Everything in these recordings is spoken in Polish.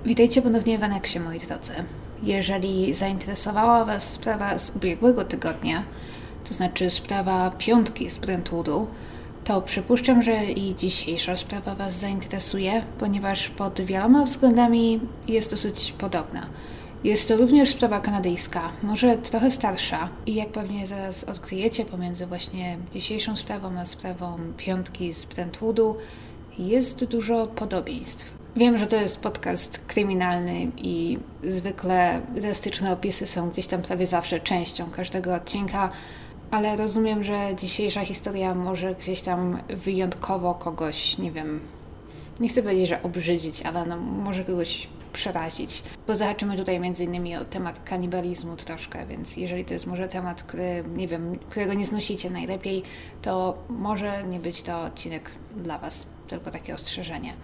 Witajcie ponownie w Aneksie, moi drodzy. Jeżeli zainteresowała Was sprawa z ubiegłego tygodnia, to znaczy sprawa piątki z Brentwoodu, to przypuszczam, że i dzisiejsza sprawa Was zainteresuje, ponieważ pod wieloma względami jest dosyć podobna. Jest to również sprawa kanadyjska, może trochę starsza i jak pewnie zaraz odkryjecie pomiędzy właśnie dzisiejszą sprawą a sprawą piątki z Brentwoodu jest dużo podobieństw. Wiem, że to jest podcast kryminalny i zwykle drastyczne opisy są gdzieś tam prawie zawsze częścią każdego odcinka, ale rozumiem, że dzisiejsza historia może gdzieś tam wyjątkowo kogoś, nie wiem, nie chcę powiedzieć, że obrzydzić, ale może kogoś przerazić. Bo zahaczymy tutaj m.in. o temat kanibalizmu troszkę, więc jeżeli to jest może temat, który, nie wiem, którego nie znosicie najlepiej, to może nie być to odcinek dla Was, tylko takie ostrzeżenie.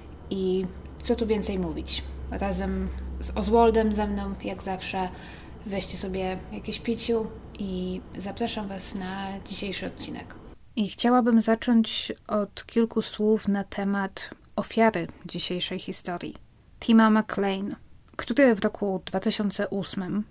I co tu więcej mówić? Razem z Oswaldem ze mną, jak zawsze, weźcie sobie jakieś piciu i zapraszam Was na dzisiejszy odcinek. I chciałabym zacząć od kilku słów na temat ofiary dzisiejszej historii. Tima McLean, który w roku 2008,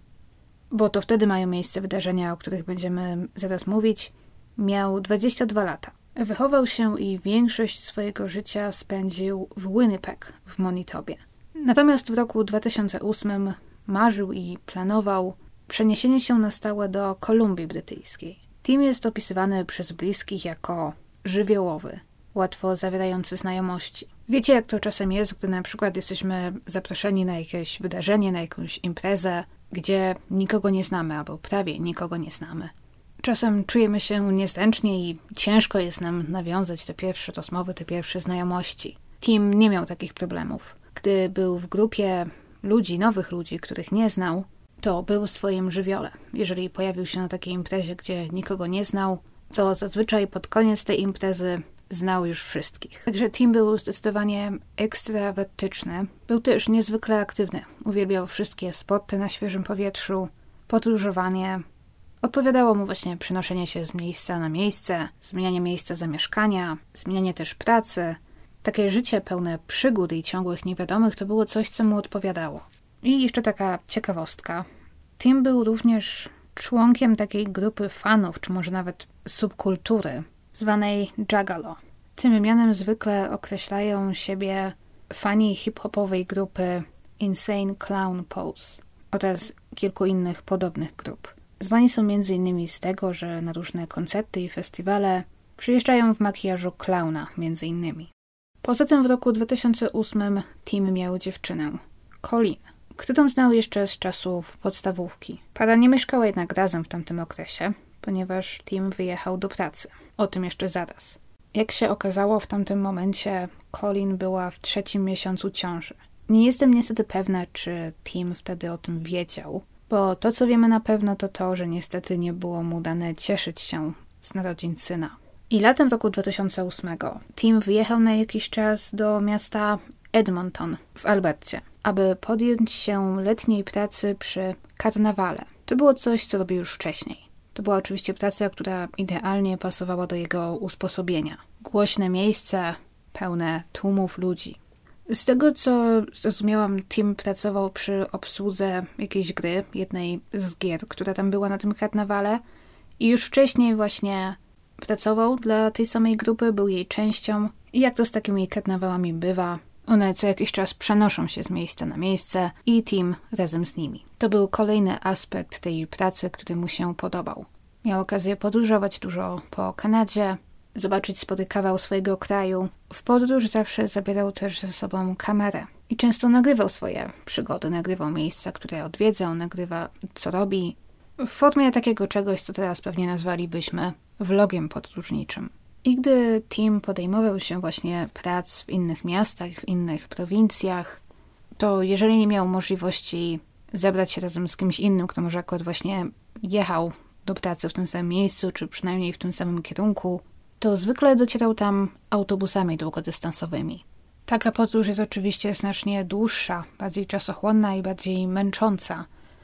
bo to wtedy mają miejsce wydarzenia, o których będziemy zaraz mówić, miał 22 lata. Wychował się i większość swojego życia spędził w Winnipeg w Manitobie. Natomiast w roku 2008 marzył i planował przeniesienie się na stałe do Kolumbii Brytyjskiej. Tim jest opisywany przez bliskich jako żywiołowy, łatwo zawierający znajomości. Wiecie, jak to czasem jest, gdy na przykład jesteśmy zaproszeni na jakieś wydarzenie, na jakąś imprezę, gdzie nikogo nie znamy albo prawie nikogo nie znamy. Czasem czujemy się niezręcznie i ciężko jest nam nawiązać te pierwsze rozmowy, te pierwsze znajomości. Tim nie miał takich problemów. Gdy był w grupie ludzi, nowych ludzi, których nie znał, to był w swoim żywiole. Jeżeli pojawił się na takiej imprezie, gdzie nikogo nie znał, to zazwyczaj pod koniec tej imprezy znał już wszystkich. Także Tim był zdecydowanie ekstrawertyczny. Był też niezwykle aktywny. Uwielbiał wszystkie sporty na świeżym powietrzu, podróżowanie. Odpowiadało mu właśnie przenoszenie się z miejsca na miejsce, zmienianie miejsca zamieszkania, zmienianie też pracy. Takie życie pełne przygód i ciągłych niewiadomych to było coś, co mu odpowiadało. I jeszcze taka ciekawostka. Tim był również członkiem takiej grupy fanów, czy może nawet subkultury, zwanej Juggalo. Tym mianem zwykle określają siebie fani hip-hopowej grupy Insane Clown Pose oraz kilku innych podobnych grup. Znani są m.in. z tego, że na różne koncerty i festiwale przyjeżdżają w makijażu klauna m.in. Poza tym w roku 2008 Tim miał dziewczynę, Colleen, którą znał jeszcze z czasów podstawówki. Para nie mieszkała jednak razem w tamtym okresie, ponieważ Tim wyjechał do pracy. O tym jeszcze zaraz. Jak się okazało, w tamtym momencie Colleen była w 3. miesiącu ciąży. Nie jestem niestety pewna, czy Tim wtedy o tym wiedział, bo to, co wiemy na pewno, to to, że niestety nie było mu dane cieszyć się z narodzin syna. I latem roku 2008 Tim wyjechał na jakiś czas do miasta Edmonton w Albercie, aby podjąć się letniej pracy przy karnawale. To było coś, co robił już wcześniej. To była oczywiście praca, która idealnie pasowała do jego usposobienia. Głośne miejsce, pełne tłumów ludzi. Z tego, co zrozumiałam, Tim pracował przy obsłudze jakiejś gry, jednej z gier, która tam była na tym karnawale i już wcześniej właśnie pracował dla tej samej grupy, był jej częścią i jak to z takimi karnawałami bywa, one co jakiś czas przenoszą się z miejsca na miejsce i Tim razem z nimi. To był kolejny aspekt tej pracy, który mu się podobał. Miał okazję podróżować dużo po Kanadzie, zobaczyć spory kawał swojego kraju. W podróż zawsze zabierał też ze sobą kamerę i często nagrywał swoje przygody, nagrywał miejsca, które odwiedzał, nagrywa co robi, w formie takiego czegoś, co teraz pewnie nazwalibyśmy vlogiem podróżniczym. I gdy Tim podejmował się właśnie prac w innych miastach, w innych prowincjach, to jeżeli nie miał możliwości zebrać się razem z kimś innym, kto może akurat właśnie jechał do pracy w tym samym miejscu, czy przynajmniej w tym samym kierunku, to zwykle docierał tam autobusami długodystansowymi. Taka podróż jest oczywiście znacznie dłuższa, bardziej czasochłonna i bardziej męcząca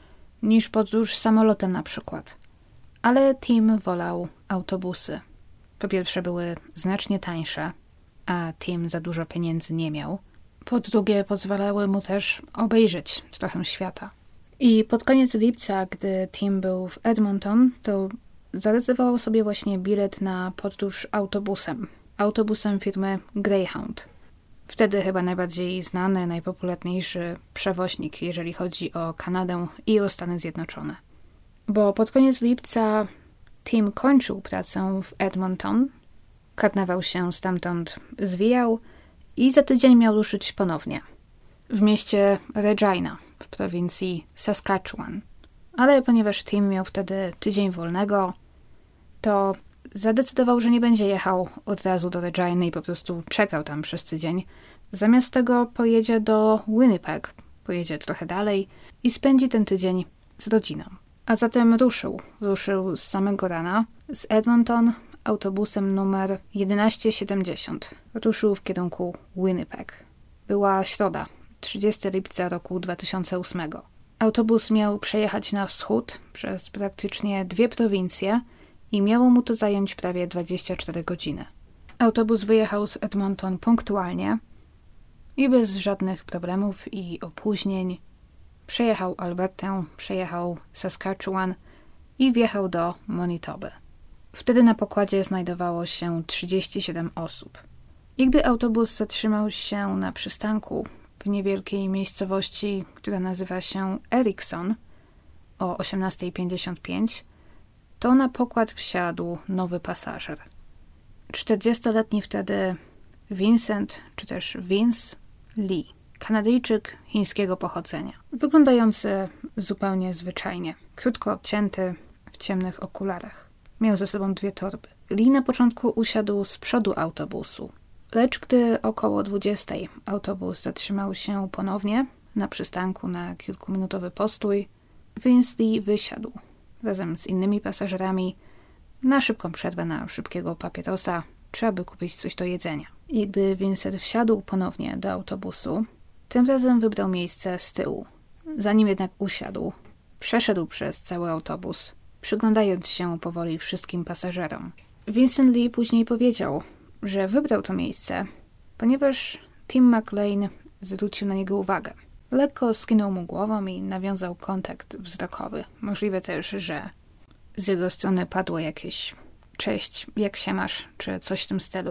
niż podróż samolotem na przykład. Ale Tim wolał autobusy. Po pierwsze były znacznie tańsze, a Tim za dużo pieniędzy nie miał. Po drugie pozwalały mu też obejrzeć trochę świata. I pod koniec lipca, gdy Tim był w Edmonton, to zarezerwował sobie właśnie bilet na podróż autobusem. Autobusem firmy Greyhound. Wtedy chyba najbardziej znany, najpopularniejszy przewoźnik, jeżeli chodzi o Kanadę i o Stany Zjednoczone. Bo pod koniec lipca Tim kończył pracę w Edmonton, karnawał się stamtąd zwijał i za tydzień miał ruszyć ponownie w mieście Regina w prowincji Saskatchewan. Ale ponieważ Tim miał wtedy tydzień wolnego, to zadecydował, że nie będzie jechał od razu do Reginy i po prostu czekał tam przez tydzień. Zamiast tego pojedzie do Winnipeg, pojedzie trochę dalej i spędzi ten tydzień z rodziną. A zatem ruszył z samego rana z Edmonton autobusem numer 1170. Ruszył w kierunku Winnipeg. Była środa, 30 lipca roku 2008. Autobus miał przejechać na wschód przez praktycznie 2 prowincje i miało mu to zająć prawie 24 godziny. Autobus wyjechał z Edmonton punktualnie i bez żadnych problemów i opóźnień. Przejechał Albertę, przejechał Saskatchewan i wjechał do Manitoby. Wtedy na pokładzie znajdowało się 37 osób. I gdy autobus zatrzymał się na przystanku w niewielkiej miejscowości, która nazywa się Erikson, o 18:55, to na pokład wsiadł nowy pasażer. 40-letni wtedy Vincent, czy też Vince Lee, Kanadyjczyk chińskiego pochodzenia. Wyglądający zupełnie zwyczajnie. Krótko obcięty, w ciemnych okularach. Miał ze sobą 2 torby. Lee na początku usiadł z przodu autobusu. Lecz gdy około 20 autobus zatrzymał się ponownie na przystanku na kilkuminutowy postój, Vince Lee wysiadł razem z innymi pasażerami na szybką przerwę, na szybkiego papierosa, czy aby kupić coś do jedzenia. I gdy Vincent wsiadł ponownie do autobusu, tym razem wybrał miejsce z tyłu. Zanim jednak usiadł, przeszedł przez cały autobus, przyglądając się powoli wszystkim pasażerom. Vincent Lee później powiedział, że wybrał to miejsce, ponieważ Tim McLean zwrócił na niego uwagę. Lekko skinął mu głową i nawiązał kontakt wzrokowy. Możliwe też, że z jego strony padło jakieś cześć, jak się masz, czy coś w tym stylu.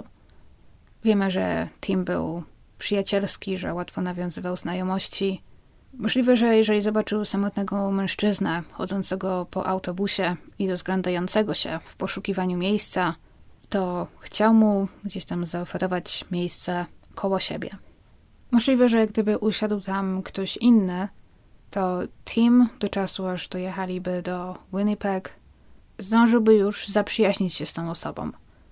Wiemy, że Tim był przyjacielski, że łatwo nawiązywał znajomości. Możliwe, że jeżeli zobaczył samotnego mężczyznę chodzącego po autobusie i rozglądającego się w poszukiwaniu miejsca, to chciał mu gdzieś tam zaoferować miejsce koło siebie. Możliwe, że gdyby usiadł tam ktoś inny, to Tim do czasu, aż dojechaliby do Winnipeg, zdążyłby już zaprzyjaźnić się z tą osobą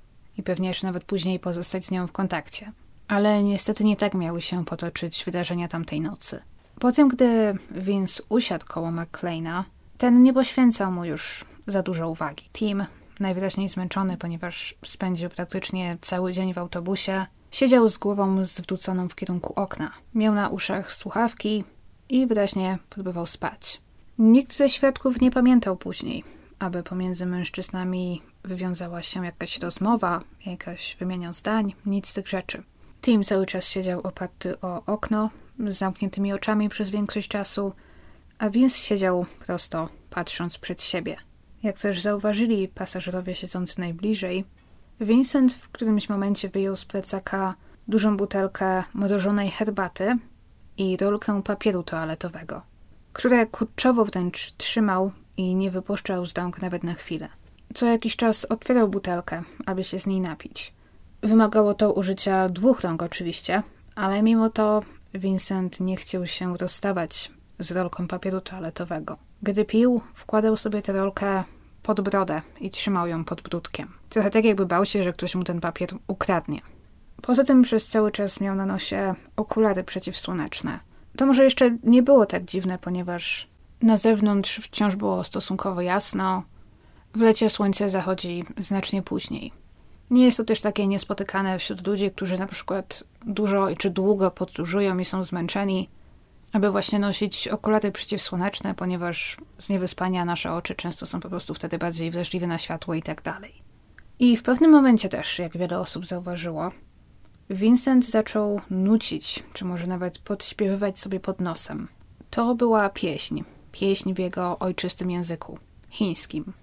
i pewnie jeszcze nawet później pozostać z nią w kontakcie. Ale niestety nie tak miały się potoczyć wydarzenia tamtej nocy. Po tym, gdy Vince usiadł koło McLeana, ten nie poświęcał mu już za dużo uwagi. Tim, najwyraźniej zmęczony, ponieważ spędził praktycznie cały dzień w autobusie, siedział z głową zwróconą w kierunku okna. Miał na uszach słuchawki i wyraźnie próbował spać. Nikt ze świadków nie pamiętał później, aby pomiędzy mężczyznami wywiązała się jakaś rozmowa, jakaś wymiana zdań, nic z tych rzeczy. Tim cały czas siedział oparty o okno, z zamkniętymi oczami przez większość czasu, a Vince siedział prosto, patrząc przed siebie. Jak też zauważyli pasażerowie siedzący najbliżej, Vincent w którymś momencie wyjął z plecaka dużą butelkę mrożonej herbaty i rolkę papieru toaletowego, które kurczowo wręcz trzymał i nie wypuszczał z rąk nawet na chwilę. Co jakiś czas otwierał butelkę, aby się z niej napić. Wymagało to użycia 2 rąk oczywiście, ale mimo to Vincent nie chciał się rozstawać z rolką papieru toaletowego. Gdy pił, wkładał sobie tę rolkę pod brodę i trzymał ją pod bródkiem. Trochę tak, jakby bał się, że ktoś mu ten papier ukradnie. Poza tym przez cały czas miał na nosie okulary przeciwsłoneczne. To może jeszcze nie było tak dziwne, ponieważ na zewnątrz wciąż było stosunkowo jasno. W lecie słońce zachodzi znacznie później. Nie jest to też takie niespotykane wśród ludzi, którzy na przykład dużo czy długo podróżują i są zmęczeni, aby właśnie nosić okulary przeciwsłoneczne, ponieważ z niewyspania nasze oczy często są po prostu wtedy bardziej wrażliwe na światło i tak dalej. I w pewnym momencie też, jak wiele osób zauważyło, Vincent zaczął nucić, czy może nawet podśpiewywać sobie pod nosem. To była pieśń w jego ojczystym języku, chińskim.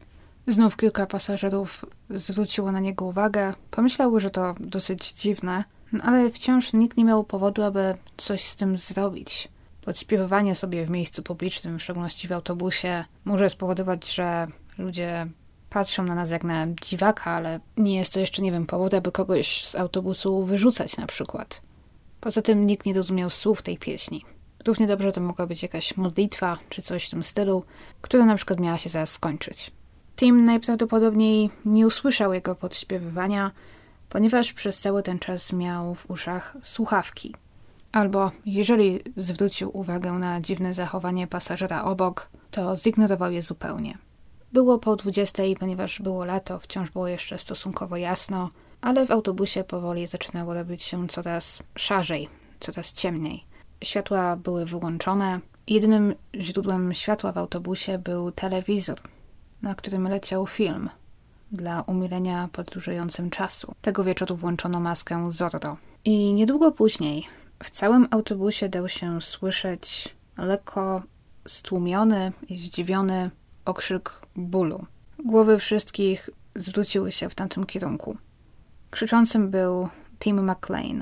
Znów kilka pasażerów zwróciło na niego uwagę. Pomyślały, że to dosyć dziwne, ale wciąż nikt nie miał powodu, aby coś z tym zrobić. Podśpiewywanie sobie w miejscu publicznym, w szczególności w autobusie, może spowodować, że ludzie patrzą na nas jak na dziwaka, ale nie jest to jeszcze, powód, aby kogoś z autobusu wyrzucać na przykład. Poza tym nikt nie rozumiał słów tej pieśni. Równie dobrze to mogła być jakaś modlitwa, czy coś w tym stylu, która na przykład miała się zaraz skończyć. Tim najprawdopodobniej nie usłyszał jego podśpiewywania, ponieważ przez cały ten czas miał w uszach słuchawki. Albo jeżeli zwrócił uwagę na dziwne zachowanie pasażera obok, to zignorował je zupełnie. Było po 20, ponieważ było lato, wciąż było jeszcze stosunkowo jasno, ale w autobusie powoli zaczynało robić się coraz szarzej, coraz ciemniej. Światła były wyłączone. Jedynym źródłem światła w autobusie był telewizor, na którym leciał film dla umilenia podróżującym czasu. Tego wieczoru włączono maskę Zorro. I niedługo później w całym autobusie dał się słyszeć lekko stłumiony i zdziwiony okrzyk bólu. Głowy wszystkich zwróciły się w tamtym kierunku. Krzyczącym był Tim McLean.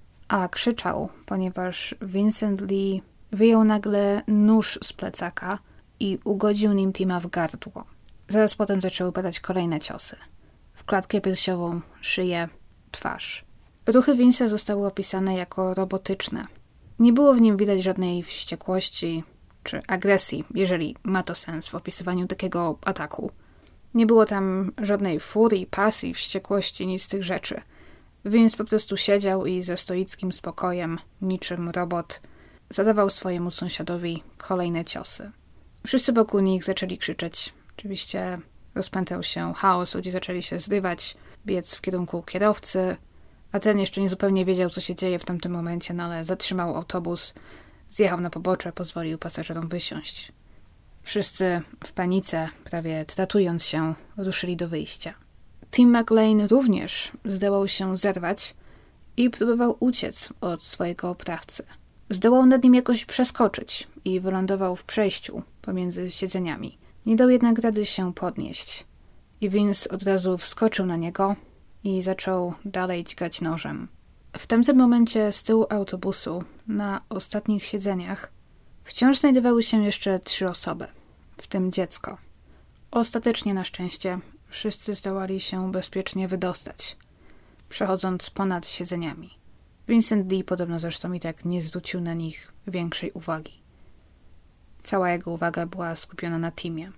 A krzyczał, ponieważ Vincent Lee wyjął nagle nóż z plecaka i ugodził nim Tima w gardło. Zaraz potem zaczęły padać kolejne ciosy. W klatkę piersiową, szyję, twarz. Ruchy Vince'a zostały opisane jako robotyczne. Nie było w nim widać żadnej wściekłości czy agresji, jeżeli ma to sens w opisywaniu takiego ataku. Nie było tam żadnej furii, pasji, wściekłości, nic z tych rzeczy. Vince po prostu siedział i ze stoickim spokojem, niczym robot, zadawał swojemu sąsiadowi kolejne ciosy. Wszyscy wokół nich zaczęli krzyczeć. Oczywiście rozpętał się chaos, ludzie zaczęli się zrywać, biec w kierunku kierowcy, a ten jeszcze nie zupełnie wiedział, co się dzieje w tamtym momencie, ale zatrzymał autobus, zjechał na pobocze, pozwolił pasażerom wysiąść. Wszyscy w panice, prawie tratując się, ruszyli do wyjścia. Tim McLean również zdołał się zerwać i próbował uciec od swojego oprawcy. Zdołał nad nim jakoś przeskoczyć i wylądował w przejściu pomiędzy siedzeniami. Nie dał jednak rady się podnieść. I Vince od razu wskoczył na niego i zaczął dalej dźgać nożem. W tamtym momencie z tyłu autobusu, na ostatnich siedzeniach, wciąż znajdowały się jeszcze 3 osoby, w tym dziecko. Ostatecznie na szczęście wszyscy zdołali się bezpiecznie wydostać, przechodząc ponad siedzeniami. Vincent Lee podobno zresztą i tak nie zwrócił na nich większej uwagi. Cała jego uwaga była skupiona na Timie.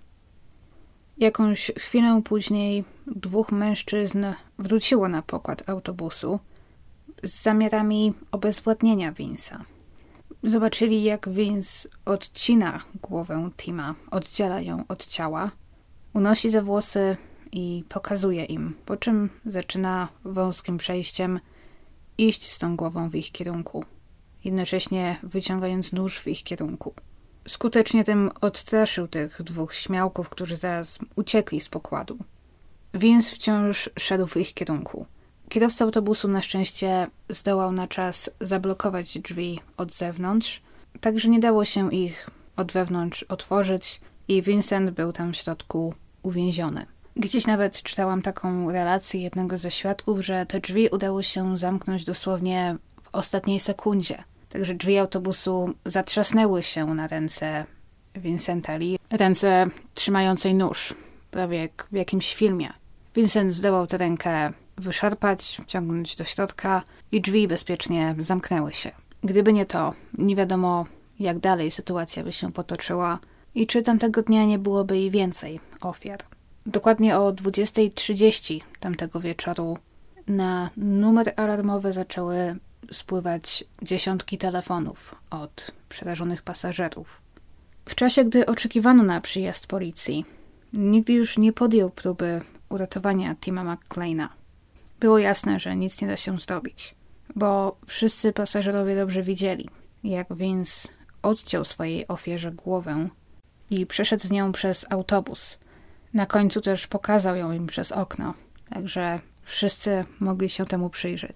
Jakąś chwilę później 2 mężczyzn wróciło na pokład autobusu z zamiarami obezwładnienia Vince'a. Zobaczyli, jak Vince odcina głowę Tima, oddziela ją od ciała, unosi za włosy i pokazuje im, po czym zaczyna wąskim przejściem iść z tą głową w ich kierunku, jednocześnie wyciągając nóż w ich kierunku. Skutecznie tym odstraszył tych 2 śmiałków, którzy zaraz uciekli z pokładu. Vince wciąż szedł w ich kierunku. Kierowca autobusu na szczęście zdołał na czas zablokować drzwi od zewnątrz, także nie dało się ich od wewnątrz otworzyć i Vincent był tam w środku uwięziony. Gdzieś nawet czytałam taką relację jednego ze świadków, że te drzwi udało się zamknąć dosłownie w ostatniej sekundzie. Także drzwi autobusu zatrzasnęły się na ręce Vincenta Lee, ręce trzymającej nóż, prawie jak w jakimś filmie. Vincent zdołał tę rękę wyszarpać, wciągnąć do środka i drzwi bezpiecznie zamknęły się. Gdyby nie to, nie wiadomo, jak dalej sytuacja by się potoczyła i czy tamtego dnia nie byłoby i więcej ofiar. Dokładnie o 20:30 tamtego wieczoru na numer alarmowy zaczęły spływać dziesiątki telefonów od przerażonych pasażerów. W czasie, gdy oczekiwano na przyjazd policji, nikt już nie podjął próby uratowania Tima McLeana. Było jasne, że nic nie da się zrobić, bo wszyscy pasażerowie dobrze widzieli, jak Vince odciął swojej ofierze głowę i przeszedł z nią przez autobus. Na końcu też pokazał ją im przez okno, także wszyscy mogli się temu przyjrzeć.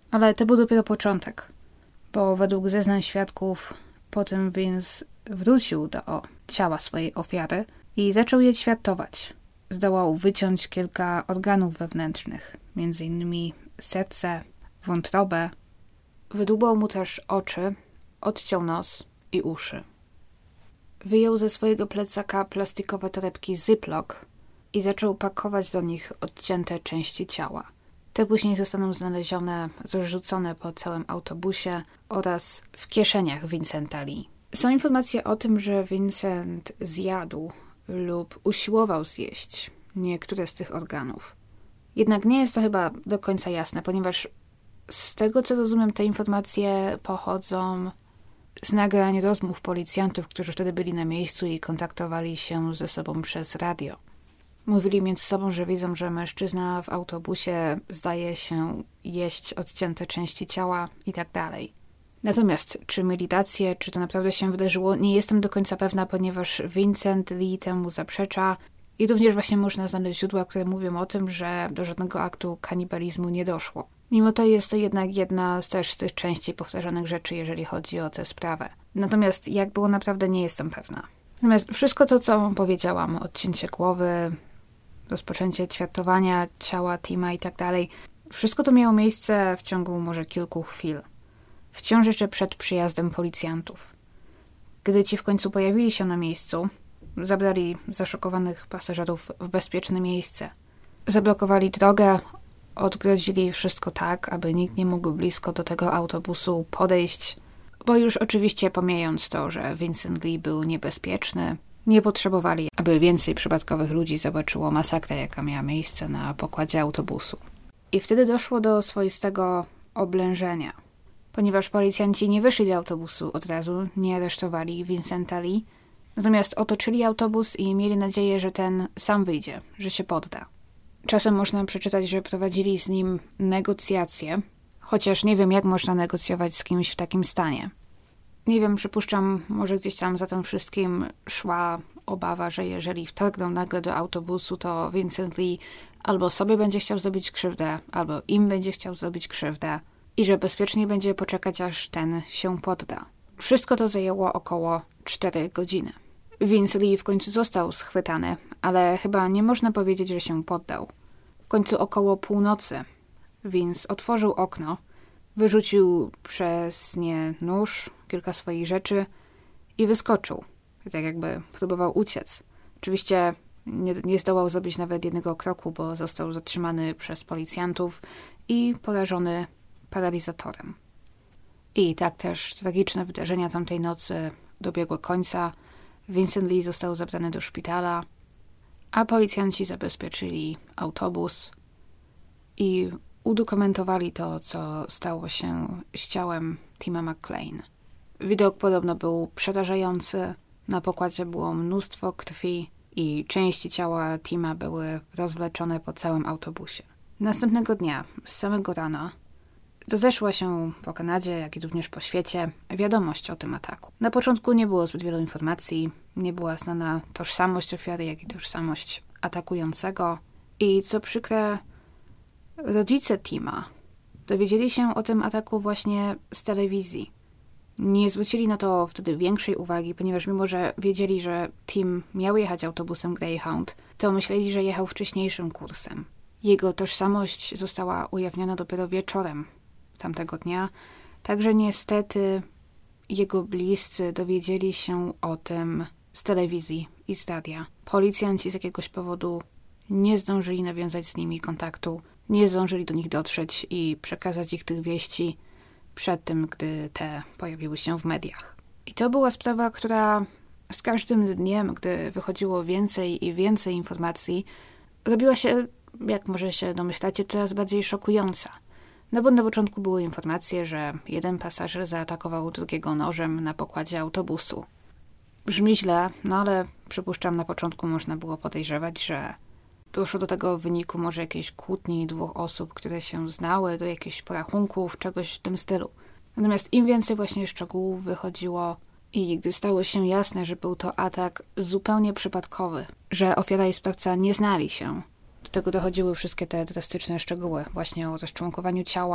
Ale to był dopiero początek, bo według zeznań świadków potem Vince wrócił do ciała swojej ofiary i zaczął je ćwiartować. Zdołał wyciąć kilka organów wewnętrznych, m.in. serce, wątrobę. Wydłubał mu też oczy, odciął nos i uszy. Wyjął ze swojego plecaka plastikowe torebki Ziploc i zaczął pakować do nich odcięte części ciała. Te później zostaną znalezione, rozrzucone po całym autobusie oraz w kieszeniach Vincenta Lee. Są informacje o tym, że Vincent zjadł lub usiłował zjeść niektóre z tych organów. Jednak nie jest to chyba do końca jasne, ponieważ z tego co rozumiem, te informacje pochodzą z nagrań rozmów policjantów, którzy wtedy byli na miejscu i kontaktowali się ze sobą przez radio. Mówili między sobą, że widzą, że mężczyzna w autobusie zdaje się jeść odcięte części ciała i tak dalej. Natomiast czy mieli rację, czy to naprawdę się wydarzyło, nie jestem do końca pewna, ponieważ Vincent Lee temu zaprzecza i również właśnie można znaleźć źródła, które mówią o tym, że do żadnego aktu kanibalizmu nie doszło. Mimo to jest to jednak jedna z tych częściej powtarzanych rzeczy, jeżeli chodzi o tę sprawę. Natomiast jak było naprawdę, nie jestem pewna. Natomiast wszystko to, co powiedziałam, odcięcie głowy, rozpoczęcie ćwiartowania ciała Tima i tak dalej, wszystko to miało miejsce w ciągu może kilku chwil. Wciąż jeszcze przed przyjazdem policjantów. Gdy ci w końcu pojawili się na miejscu, zabrali zaszokowanych pasażerów w bezpieczne miejsce. Zablokowali drogę, odgrodzili wszystko tak, aby nikt nie mógł blisko do tego autobusu podejść, bo już oczywiście pomijając to, że Vincent Lee był niebezpieczny, nie potrzebowali, aby więcej przypadkowych ludzi zobaczyło masakrę, jaka miała miejsce na pokładzie autobusu. I wtedy doszło do swoistego oblężenia, ponieważ policjanci nie wyszli do autobusu od razu, nie aresztowali Vincenta Lee, natomiast otoczyli autobus i mieli nadzieję, że ten sam wyjdzie, że się podda. Czasem można przeczytać, że prowadzili z nim negocjacje, chociaż nie wiem, jak można negocjować z kimś w takim stanie. Nie wiem, przypuszczam, może gdzieś tam za tym wszystkim szła obawa, że jeżeli wtargną nagle do autobusu, to Vincent Lee albo sobie będzie chciał zrobić krzywdę, albo im będzie chciał zrobić krzywdę i że bezpiecznie będzie poczekać, aż ten się podda. Wszystko to zajęło około 4 godziny. Vince Lee w końcu został schwytany, ale chyba nie można powiedzieć, że się poddał. W końcu około północy Vince otworzył okno, wyrzucił przez nie nóż, kilka swoich rzeczy i wyskoczył. Tak jakby próbował uciec. Oczywiście nie zdołał zrobić nawet jednego kroku, bo został zatrzymany przez policjantów i porażony paralizatorem. I tak też tragiczne wydarzenia tamtej nocy dobiegły końca. Vincent Lee został zabrany do szpitala, a policjanci zabezpieczyli autobus i udokumentowali to, co stało się z ciałem Tima McClain. Widok podobno był przerażający. Na pokładzie było mnóstwo krwi i części ciała Tima były rozwleczone po całym autobusie. Następnego dnia, z samego rana, rozeszła się po Kanadzie, jak i również po świecie wiadomość o tym ataku. Na początku nie było zbyt wielu informacji, nie była znana tożsamość ofiary, jak i tożsamość atakującego. I co przykre, rodzice Tima dowiedzieli się o tym ataku właśnie z telewizji. Nie zwrócili na to wtedy większej uwagi, ponieważ mimo, że wiedzieli, że Tim miał jechać autobusem Greyhound, to myśleli, że jechał wcześniejszym kursem. Jego tożsamość została ujawniona dopiero wieczorem tamtego dnia, także niestety jego bliscy dowiedzieli się o tym z telewizji i z radia. Policjanci z jakiegoś powodu nie zdążyli nawiązać z nimi kontaktu, nie zdążyli do nich dotrzeć i przekazać ich tych wieści przed tym, gdy te pojawiły się w mediach. I to była sprawa, która z każdym dniem, gdy wychodziło więcej i więcej informacji, robiła się, jak może się domyślacie, coraz bardziej szokująca. No bo na początku były informacje, że jeden pasażer zaatakował drugiego nożem na pokładzie autobusu. Brzmi źle, no ale przypuszczam, na początku można było podejrzewać, że doszło do tego w wyniku może jakiejś kłótni 2 osób, które się znały, do jakichś porachunków, czegoś w tym stylu. Natomiast im więcej właśnie szczegółów wychodziło i gdy stało się jasne, że był to atak zupełnie przypadkowy, że ofiara i sprawca nie znali się, do tego dochodziły wszystkie te drastyczne szczegóły właśnie o rozczłonkowaniu ciała,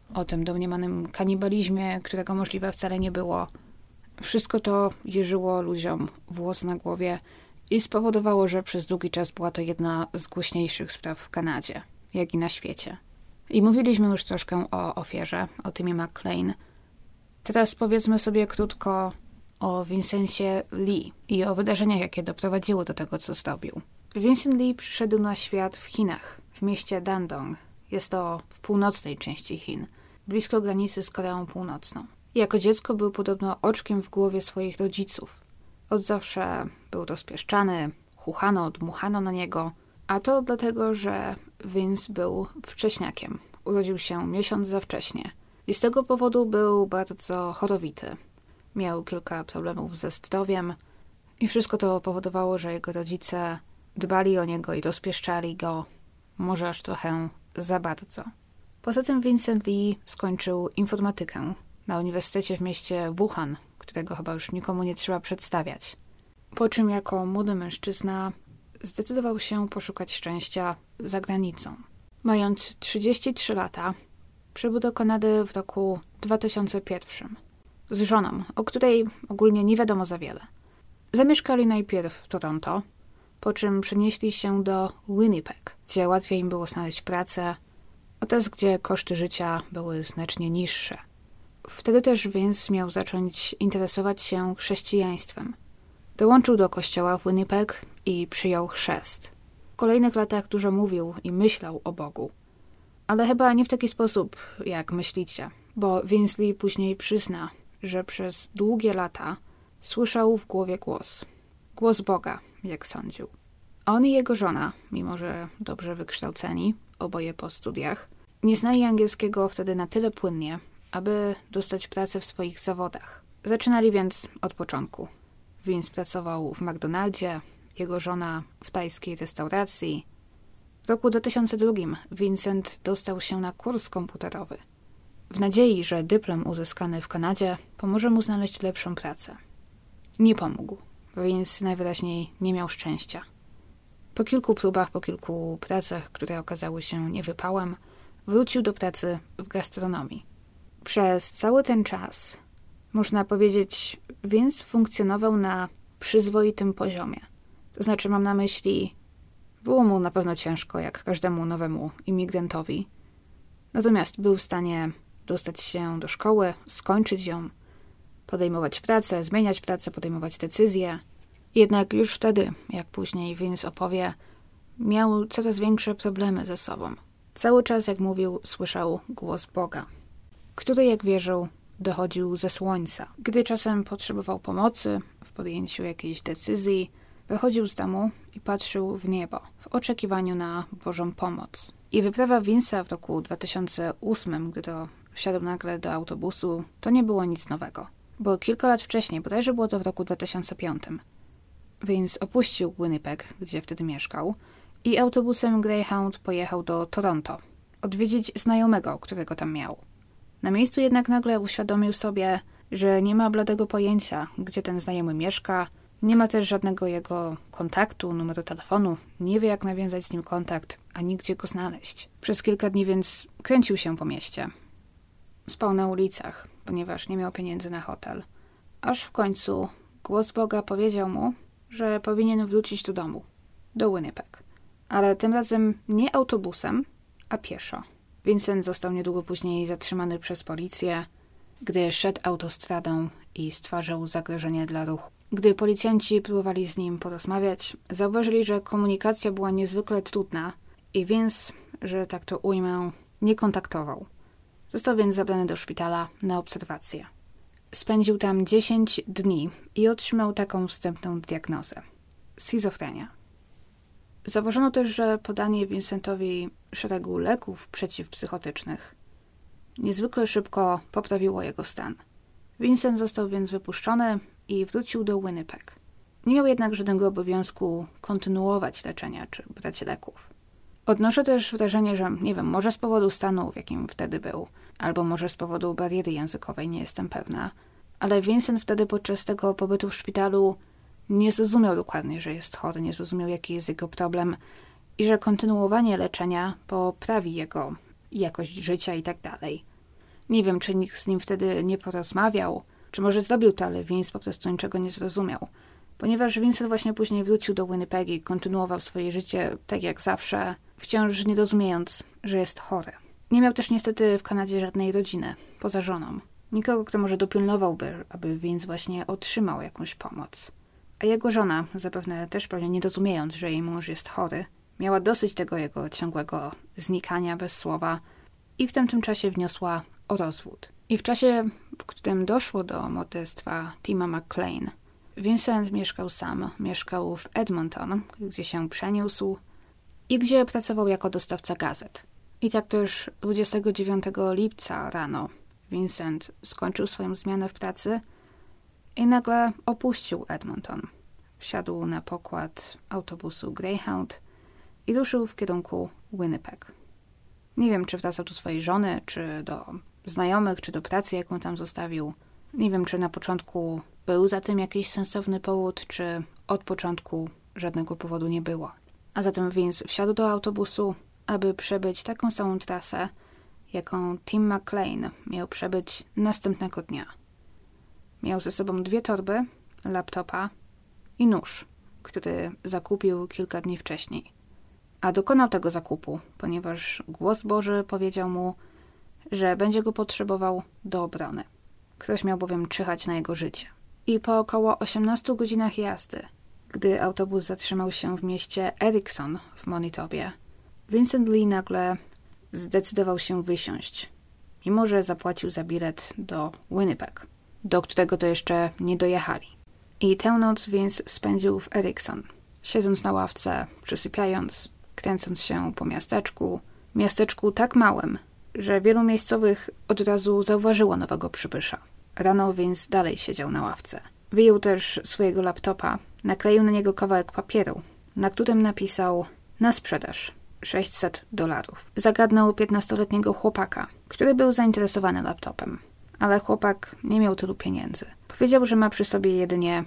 o tym domniemanym kanibalizmie, którego możliwe wcale nie było. Wszystko to jeżyło ludziom włos na głowie i spowodowało, że przez długi czas była to jedna z głośniejszych spraw w Kanadzie, jak i na świecie. I mówiliśmy już troszkę o ofierze, o Timie McClain. Teraz powiedzmy sobie krótko o Vincencie Lee i o wydarzeniach, jakie doprowadziły do tego, co zrobił. Vincent Lee przyszedł na świat w Chinach, w mieście Dandong. Jest to w północnej części Chin, blisko granicy z Koreą Północną. Jako dziecko był podobno oczkiem w głowie swoich rodziców. Od zawsze był rozpieszczany, chuchano, dmuchano na niego, a to dlatego, że Vince był wcześniakiem. Urodził się miesiąc za wcześnie i z tego powodu był bardzo chorowity. Miał kilka problemów ze zdrowiem i wszystko to powodowało, że jego rodzice dbali o niego i rozpieszczali go może aż trochę za bardzo. Poza tym Vincent Lee skończył informatykę na uniwersytecie w mieście Wuhan, którego chyba już nikomu nie trzeba przedstawiać. Po czym jako młody mężczyzna zdecydował się poszukać szczęścia za granicą. Mając 33 lata, przybył do Kanady w roku 2001 z żoną, o której ogólnie nie wiadomo za wiele. Zamieszkali najpierw w Toronto, po czym przenieśli się do Winnipeg, gdzie łatwiej im było znaleźć pracę, oraz gdzie koszty życia były znacznie niższe. Wtedy też Vince miał zacząć interesować się chrześcijaństwem. Dołączył do kościoła w Winnipeg i przyjął chrzest. W kolejnych latach dużo mówił i myślał o Bogu. Ale chyba nie w taki sposób, jak myślicie, bo Vince Lee później przyzna, że przez długie lata słyszał w głowie głos. Głos Boga, jak sądził. On i jego żona, mimo że dobrze wykształceni, oboje po studiach, nie znali angielskiego wtedy na tyle płynnie, aby dostać pracę w swoich zawodach. Zaczynali więc od początku. Vince pracował w McDonaldzie, jego żona w tajskiej restauracji. W roku 2002 Vincent dostał się na kurs komputerowy, w nadziei, że dyplom uzyskany w Kanadzie pomoże mu znaleźć lepszą pracę. Nie pomógł, więc najwyraźniej nie miał szczęścia. Po kilku próbach, po kilku pracach, które okazały się niewypałem, wrócił do pracy w gastronomii. Przez cały ten czas, można powiedzieć, Vince funkcjonował na przyzwoitym poziomie. To znaczy mam na myśli, było mu na pewno ciężko, jak każdemu nowemu imigrantowi. Natomiast był w stanie dostać się do szkoły, skończyć ją, podejmować pracę, zmieniać pracę, podejmować decyzje. Jednak już wtedy, jak później Vince opowie, miał coraz większe problemy ze sobą. Cały czas, jak mówił, słyszał głos Boga, który, jak wierzył, dochodził ze słońca. Gdy czasem potrzebował pomocy w podjęciu jakiejś decyzji, wychodził z domu i patrzył w niebo, w oczekiwaniu na Bożą pomoc. I wyprawa Vince'a w roku 2008, gdy to wsiadł nagle do autobusu, to nie było nic nowego. Bo kilka lat wcześniej, bodajże było to w roku 2005, Vince opuścił Winnipeg, gdzie wtedy mieszkał, i autobusem Greyhound pojechał do Toronto, odwiedzić znajomego, którego tam miał. Na miejscu jednak nagle uświadomił sobie, że nie ma bladego pojęcia, gdzie ten znajomy mieszka, nie ma też żadnego jego kontaktu, numeru telefonu, nie wie jak nawiązać z nim kontakt, ani gdzie go znaleźć. Przez kilka dni więc kręcił się po mieście. Spał na ulicach, ponieważ nie miał pieniędzy na hotel. Aż w końcu głos Boga powiedział mu, że powinien wrócić do domu, do Winnipeg. Ale tym razem nie autobusem, a pieszo. Vincent został niedługo później zatrzymany przez policję, gdy szedł autostradą i stwarzał zagrożenie dla ruchu. Gdy policjanci próbowali z nim porozmawiać, zauważyli, że komunikacja była niezwykle trudna i Vince, że tak to ujmę, nie kontaktował. Został więc zabrany do szpitala na obserwację. Spędził tam 10 dni i otrzymał taką wstępną diagnozę. Schizofrenia. Zauważono też, że podanie Vincentowi szeregu leków przeciwpsychotycznych niezwykle szybko poprawiło jego stan. Vincent został więc wypuszczony i wrócił do Winnipeg. Nie miał jednak żadnego obowiązku kontynuować leczenia czy brać leków. Odnoszę też wrażenie, że, nie wiem, może z powodu stanu, w jakim wtedy był, albo może z powodu bariery językowej, nie jestem pewna, ale Vincent wtedy podczas tego pobytu w szpitalu nie zrozumiał dokładnie, że jest chory, nie zrozumiał, jaki jest jego problem i że kontynuowanie leczenia poprawi jego jakość życia i tak dalej. Nie wiem, czy nikt z nim wtedy nie porozmawiał, czy może zrobił to, ale Vince po prostu niczego nie zrozumiał. Ponieważ Vincent właśnie później wrócił do Winnipeg i kontynuował swoje życie tak jak zawsze, wciąż nie rozumiejąc, że jest chory. Nie miał też niestety w Kanadzie żadnej rodziny, poza żoną. Nikogo, kto może dopilnowałby, aby Vince właśnie otrzymał jakąś pomoc. A jego żona, zapewne też pewnie nie rozumiejąc, że jej mąż jest chory, miała dosyć tego jego ciągłego znikania bez słowa i w tamtym czasie wniosła o rozwód. I w czasie, w którym doszło do morderstwa Tima McClain, Vincent mieszkał sam, mieszkał w Edmonton, gdzie się przeniósł i gdzie pracował jako dostawca gazet. I tak też 29 lipca rano Vincent skończył swoją zmianę w pracy i nagle opuścił Edmonton. Wsiadł na pokład autobusu Greyhound i ruszył w kierunku Winnipeg. Nie wiem, czy wracał do swojej żony, czy do znajomych, czy do pracy, jaką tam zostawił. Nie wiem, czy na początku był za tym jakiś sensowny powód, czy od początku żadnego powodu nie było. A zatem Vince wsiadł do autobusu, aby przebyć taką samą trasę, jaką Tim McClain miał przebyć następnego dnia. Miał ze sobą 2 torby, laptopa i nóż, który zakupił kilka dni wcześniej. A dokonał tego zakupu, ponieważ głos Boży powiedział mu, że będzie go potrzebował do obrony. Ktoś miał bowiem czyhać na jego życie. I po około 18 godzinach jazdy, gdy autobus zatrzymał się w mieście Erickson w Manitobie, Vincent Lee nagle zdecydował się wysiąść, mimo że zapłacił za bilet do Winnipeg, do którego to jeszcze nie dojechali. I tę noc Vince spędził w Erickson, siedząc na ławce, przysypiając, kręcąc się po miasteczku tak małym, że wielu miejscowych od razu zauważyło nowego przybysza. Rano Vince dalej siedział na ławce. Wyjął też swojego laptopa, nakleił na niego kawałek papieru, na którym napisał na sprzedaż $600. Zagadnął 15-letniego chłopaka, który był zainteresowany laptopem. Ale chłopak nie miał tylu pieniędzy. Powiedział, że ma przy sobie jedynie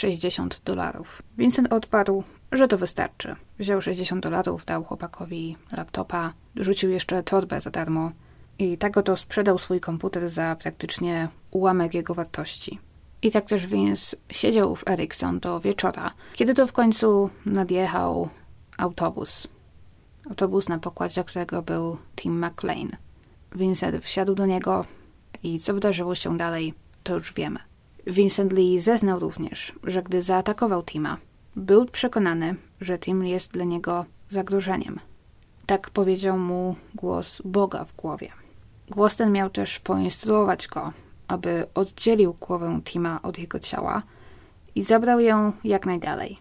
$60. Vincent odparł, że to wystarczy. Wziął $60, dał chłopakowi laptopa, rzucił jeszcze torbę za darmo i tak oto sprzedał swój komputer za praktycznie ułamek jego wartości. I tak też Vince siedział w Erickson do wieczora, kiedy to w końcu nadjechał autobus. Autobus, na pokładzie którego był Tim McClain. Vincent wsiadł do niego i co wydarzyło się dalej, to już wiemy. Vincent Lee zeznał również, że gdy zaatakował Tima, był przekonany, że Tim jest dla niego zagrożeniem. Tak powiedział mu głos Boga w głowie. Głos ten miał też poinstruować go, aby oddzielił głowę Tima od jego ciała i zabrał ją jak najdalej.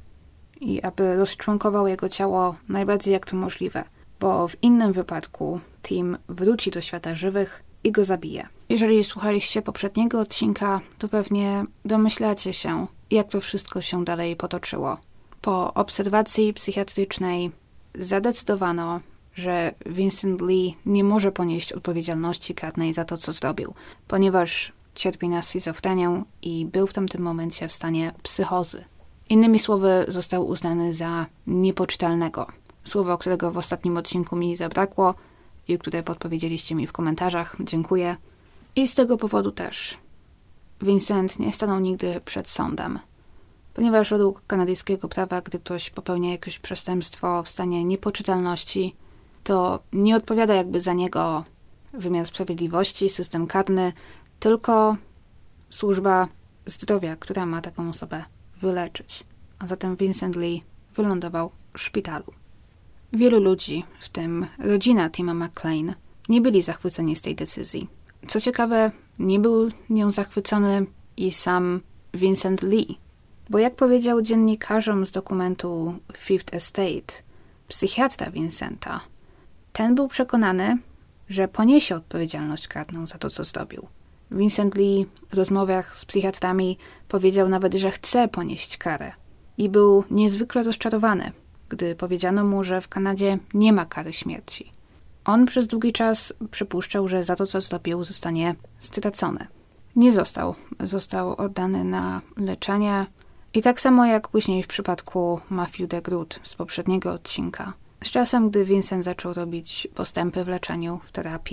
I aby rozczłonkował jego ciało najbardziej jak to możliwe, bo w innym wypadku Tim wróci do świata żywych i go zabije. Jeżeli słuchaliście poprzedniego odcinka, to pewnie domyślacie się, jak to wszystko się dalej potoczyło. Po obserwacji psychiatrycznej zadecydowano, że Vincent Lee nie może ponieść odpowiedzialności karnej za to, co zrobił, ponieważ cierpi na schizofrenię i był w tamtym momencie w stanie psychozy. Innymi słowy, został uznany za niepoczytalnego. Słowo, którego w ostatnim odcinku mi zabrakło i które podpowiedzieliście mi w komentarzach. Dziękuję. I z tego powodu też Vincent nie stanął nigdy przed sądem, ponieważ według kanadyjskiego prawa, gdy ktoś popełnia jakieś przestępstwo w stanie niepoczytalności, to nie odpowiada jakby za niego wymiar sprawiedliwości, system karny, tylko służba zdrowia, która ma taką osobę wyleczyć. A zatem Vincent Lee wylądował w szpitalu. Wielu ludzi, w tym rodzina Tima McClain, nie byli zachwyceni z tej decyzji. Co ciekawe, nie był nią zachwycony i sam Vincent Lee, bo jak powiedział dziennikarzom z dokumentu Fifth Estate, psychiatra Vincenta, ten był przekonany, że poniesie odpowiedzialność karną za to, co zrobił. Vincent Lee w rozmowach z psychiatrami powiedział nawet, że chce ponieść karę i był niezwykle rozczarowany, gdy powiedziano mu, że w Kanadzie nie ma kary śmierci. On przez długi czas przypuszczał, że za to, co zrobił, zostanie stracony. Nie został. Został oddany na leczenie i tak samo jak później w przypadku Matthew DeGroot z poprzedniego odcinka. Z czasem, gdy Vincent zaczął robić postępy w leczeniu, w terapii,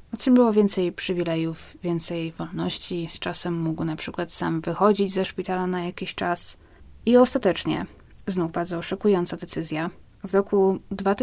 Czym było więcej przywilejów, więcej wolności. Z czasem mógł na przykład sam wychodzić ze szpitala na jakiś czas. I ostatecznie, znów bardzo szokująca decyzja, w roku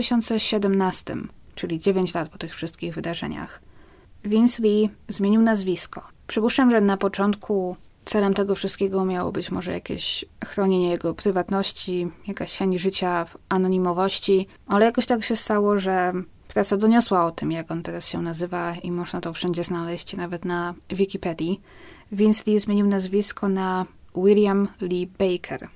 2017, czyli 9 lat po tych wszystkich wydarzeniach, Vince Lee zmienił nazwisko. Przypuszczam, że na początku celem tego wszystkiego miało być może jakieś chronienie jego prywatności, jakaś chęć życia w anonimowości, ale jakoś tak się stało, że prasa doniosła o tym, jak on teraz się nazywa i można to wszędzie znaleźć, nawet na Wikipedii. Vince Lee zmienił nazwisko na William Lee Baker.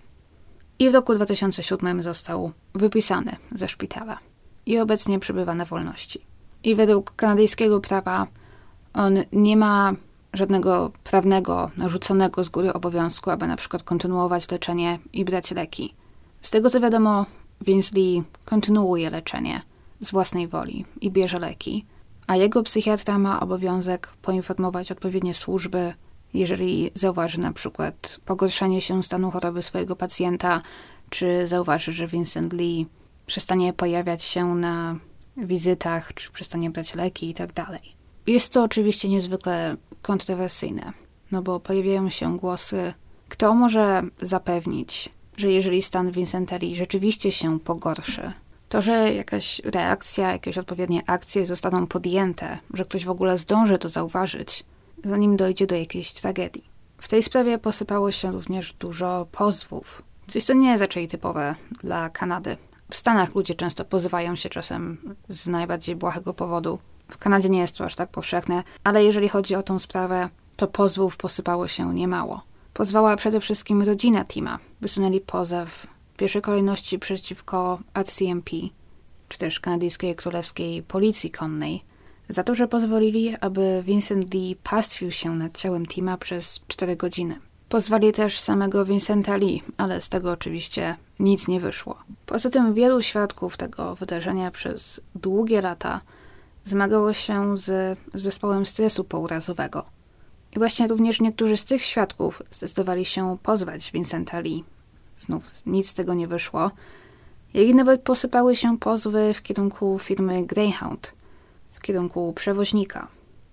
I w roku 2007 został wypisany ze szpitala. I obecnie przebywa na wolności. I według kanadyjskiego prawa on nie ma żadnego prawnego, narzuconego z góry obowiązku, aby na przykład kontynuować leczenie i brać leki. Z tego co wiadomo, Vince Lee kontynuuje leczenie z własnej woli i bierze leki, a jego psychiatra ma obowiązek poinformować odpowiednie służby, jeżeli zauważy na przykład pogorszenie się stanu choroby swojego pacjenta, czy zauważy, że Vincent Lee przestanie pojawiać się na wizytach, czy przestanie brać leki i tak dalej. Jest to oczywiście niezwykle kontrowersyjne, no bo pojawiają się głosy, kto może zapewnić, że jeżeli stan Vincenta Lee rzeczywiście się pogorszy, to że jakaś reakcja, jakieś odpowiednie akcje zostaną podjęte, że ktoś w ogóle zdąży to zauważyć, zanim dojdzie do jakiejś tragedii. W tej sprawie posypało się również dużo pozwów, coś co nie jest raczej typowe dla Kanady. W Stanach ludzie często pozywają się czasem z najbardziej błahego powodu. W Kanadzie nie jest to aż tak powszechne, ale jeżeli chodzi o tą sprawę, to pozwów posypało się niemało. Pozwała przede wszystkim rodzina Tima. Wysunęli pozew w pierwszej kolejności przeciwko RCMP, czy też kanadyjskiej królewskiej policji konnej, za to, że pozwolili, aby Vincent Lee pastwił się nad ciałem Tima przez 4 godziny. Pozwali też samego Vincenta Lee, ale z tego oczywiście nic nie wyszło. Poza tym wielu świadków tego wydarzenia przez długie lata zmagało się z zespołem stresu pourazowego. I właśnie również niektórzy z tych świadków zdecydowali się pozwać Vincenta Lee. Znów nic z tego nie wyszło. Jak i nawet posypały się pozwy w kierunku firmy Greyhound, w kierunku przewoźnika,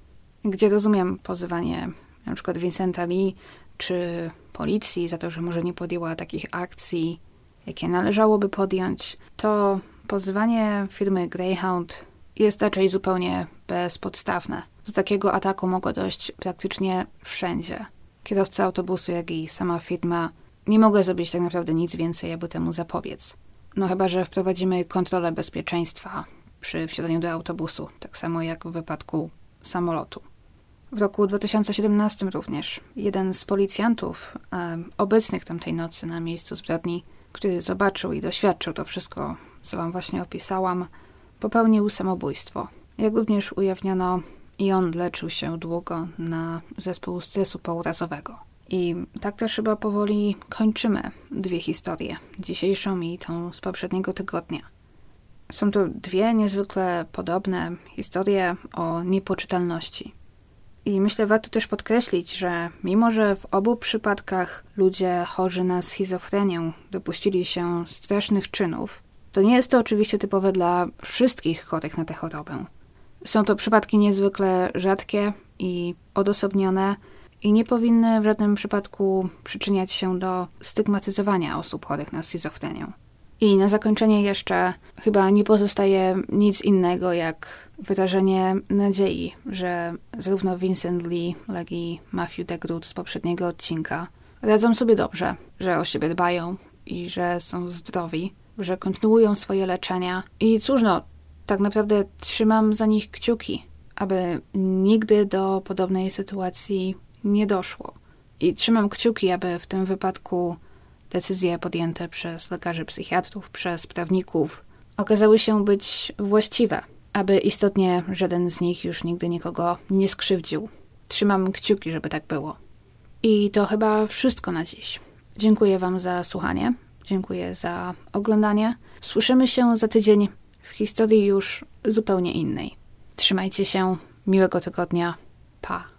gdzie rozumiem pozywanie na przykład Vincenta Lee czy policji za to, że może nie podjęła takich akcji, jakie należałoby podjąć, to pozywanie firmy Greyhound jest raczej zupełnie bezpodstawne. Do takiego ataku mogło dojść praktycznie wszędzie. Kierowca autobusu, jak i sama firma nie mogły zrobić tak naprawdę nic więcej, aby temu zapobiec. No chyba, że wprowadzimy kontrolę bezpieczeństwa przy wsiadaniu do autobusu, tak samo jak w wypadku samolotu. W roku 2017 również jeden z policjantów obecnych tamtej nocy na miejscu zbrodni, który zobaczył i doświadczył to wszystko, co wam właśnie opisałam, popełnił samobójstwo. Jak również ujawniono, i on leczył się długo na zespół stresu pourazowego. I tak też chyba powoli kończymy 2 historie, dzisiejszą i tą z poprzedniego tygodnia. Są to 2 niezwykle podobne historie o niepoczytalności. I myślę, warto też podkreślić, że mimo, że w obu przypadkach ludzie chorzy na schizofrenię dopuścili się strasznych czynów, to nie jest to oczywiście typowe dla wszystkich chorych na tę chorobę. Są to przypadki niezwykle rzadkie i odosobnione i nie powinny w żadnym przypadku przyczyniać się do stygmatyzowania osób chorych na schizofrenię. I na zakończenie jeszcze chyba nie pozostaje nic innego jak wyrażenie nadziei, że zarówno Vincent Lee, jak i Matthew DeGroot z poprzedniego odcinka radzą sobie dobrze, że o siebie dbają i że są zdrowi, że kontynuują swoje leczenia. I cóż tak naprawdę trzymam za nich kciuki, aby nigdy do podobnej sytuacji nie doszło. I trzymam kciuki, aby w tym wypadku decyzje podjęte przez lekarzy psychiatrów, przez prawników okazały się być właściwe, aby istotnie żaden z nich już nigdy nikogo nie skrzywdził. Trzymam kciuki, żeby tak było. I to chyba wszystko na dziś. Dziękuję wam za słuchanie, dziękuję za oglądanie. Słyszymy się za tydzień w historii już zupełnie innej. Trzymajcie się, miłego tygodnia, pa!